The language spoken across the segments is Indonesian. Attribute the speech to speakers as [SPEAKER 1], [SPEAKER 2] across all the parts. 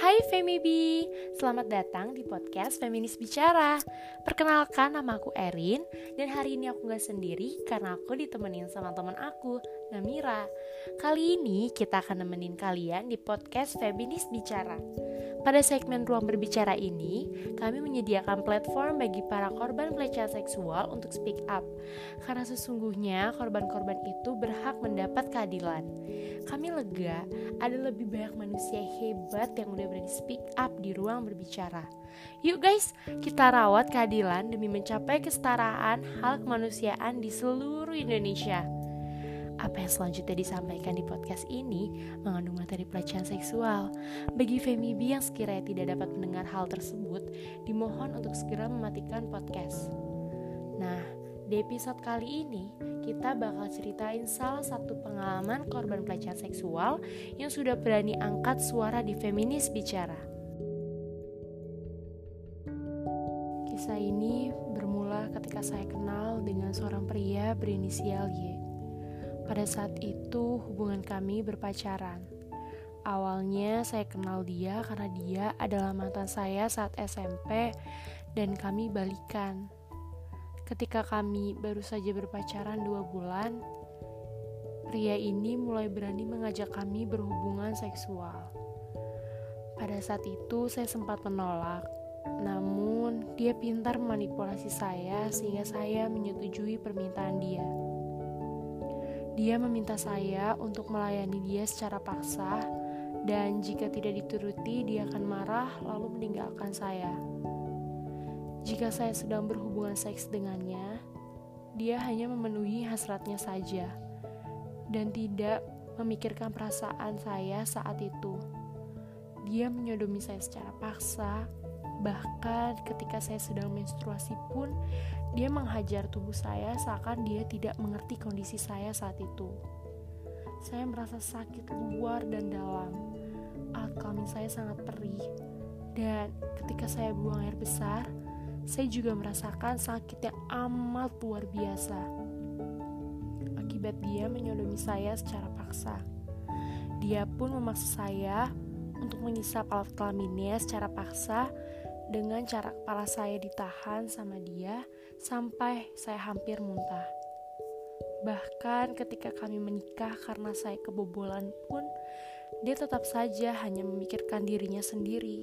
[SPEAKER 1] Hai Femibi, selamat datang di podcast Feminis Bicara. Perkenalkan, nama aku Erin. Dan hari ini aku gak sendiri karena aku ditemenin sama teman aku, Namira. Kali ini kita akan nemenin kalian di podcast Feminis Bicara. Pada segmen Ruang Berbicara ini, kami menyediakan platform bagi para korban pelecehan seksual untuk speak up. Karena sesungguhnya korban-korban itu berhak mendapat keadilan. Kami lega ada lebih banyak manusia hebat yang udah berani speak up di ruang berbicara. Yuk guys, kita rawat keadilan demi mencapai kesetaraan hak kemanusiaan di seluruh Indonesia. Apa yang selanjutnya disampaikan di podcast ini mengandung materi pelecehan seksual. Bagi Femibi yang sekiranya tidak dapat mendengar hal tersebut, dimohon untuk segera mematikan podcast. Nah, di episode kali ini, kita bakal ceritain salah satu pengalaman korban pelecehan seksual yang sudah berani angkat suara di Feminis Bicara. Kisah ini bermula ketika saya kenal dengan seorang pria berinisial Y. Pada saat itu, hubungan kami berpacaran. Awalnya saya kenal dia karena dia adalah mantan saya saat SMP dan kami balikan. Ketika kami baru saja berpacaran 2 bulan, pria ini mulai berani mengajak kami berhubungan seksual. Pada saat itu saya sempat menolak, namun dia pintar memanipulasi saya sehingga saya menyetujui permintaan dia. Dia meminta saya untuk melayani dia secara paksa, dan jika tidak dituruti dia akan marah lalu meninggalkan saya. Jika saya sedang berhubungan seks dengannya, dia hanya memenuhi hasratnya saja dan tidak memikirkan perasaan saya saat itu. Dia menyodomi saya secara paksa, bahkan ketika saya sedang menstruasi pun dia menghajar tubuh saya seakan dia tidak mengerti kondisi saya saat itu. Saya merasa sakit luar dan dalam. Alat kelamin saya sangat perih, dan ketika saya buang air besar, saya juga merasakan sakit yang amat luar biasa akibat dia menyodomi saya secara paksa. Dia pun memaksa saya untuk mengisap alat kelaminnya secara paksa dengan cara kepala saya ditahan sama dia sampai saya hampir muntah. Bahkan ketika kami menikah karena saya kebobolan pun, dia tetap saja hanya memikirkan dirinya sendiri.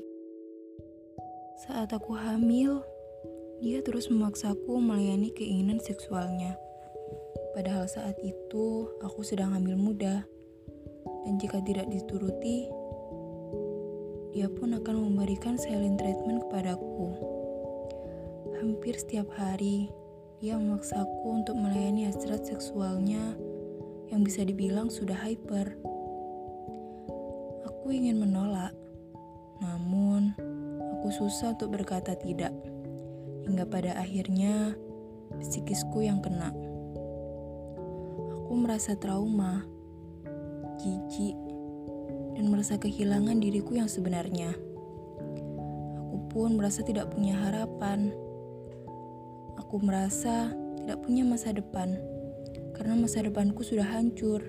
[SPEAKER 2] Saat aku hamil, dia terus memaksaku melayani keinginan seksualnya. Padahal saat itu aku sedang hamil muda, dan jika tidak dituruti, dia pun akan memberikan silent treatment kepadaku. Hampir setiap hari, dia memaksaku untuk melayani hasrat seksualnya yang bisa dibilang sudah hyper. Aku ingin menolak, namun aku susah untuk berkata tidak. Hingga pada akhirnya, psikisku yang kena. Aku merasa trauma, jijik, dan merasa kehilangan diriku yang sebenarnya. Aku pun merasa tidak punya harapan. Aku merasa tidak punya masa depan, karena masa depanku sudah hancur.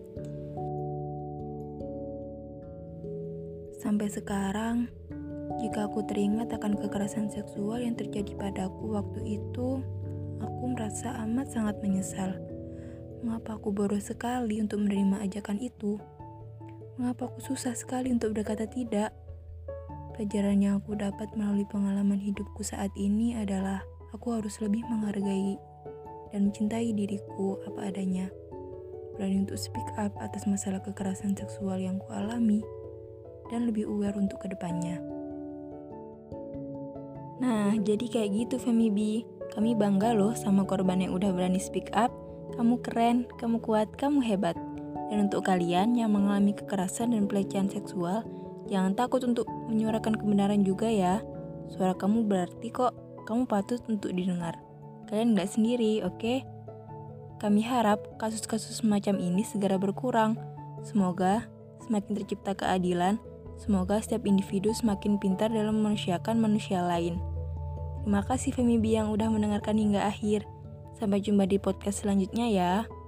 [SPEAKER 2] Sampai sekarang, jika aku teringat akan kekerasan seksual yang terjadi padaku waktu itu, aku merasa amat sangat menyesal. Mengapa aku bodoh sekali untuk menerima ajakan itu? Mengapa aku susah sekali untuk berkata tidak? Pelajaran yang aku dapat melalui pengalaman hidupku saat ini adalah aku harus lebih menghargai dan mencintai diriku apa adanya. Berani untuk speak up atas masalah kekerasan seksual yang kualami dan lebih aware untuk kedepannya. Nah, jadi kayak gitu Femibi. Kami bangga loh sama korban yang udah berani speak up. Kamu keren, kamu kuat, kamu hebat. Dan untuk kalian yang mengalami kekerasan dan pelecehan seksual, jangan takut untuk menyuarakan kebenaran juga ya. Suara kamu berarti kok, kamu patut untuk didengar. Kalian gak sendiri, oke? Kami harap kasus-kasus semacam ini segera berkurang. Semoga semakin tercipta keadilan. Semoga setiap individu semakin pintar dalam memanusiakan manusia lain. Terima kasih Femibi yang udah mendengarkan hingga akhir. Sampai jumpa di podcast selanjutnya ya.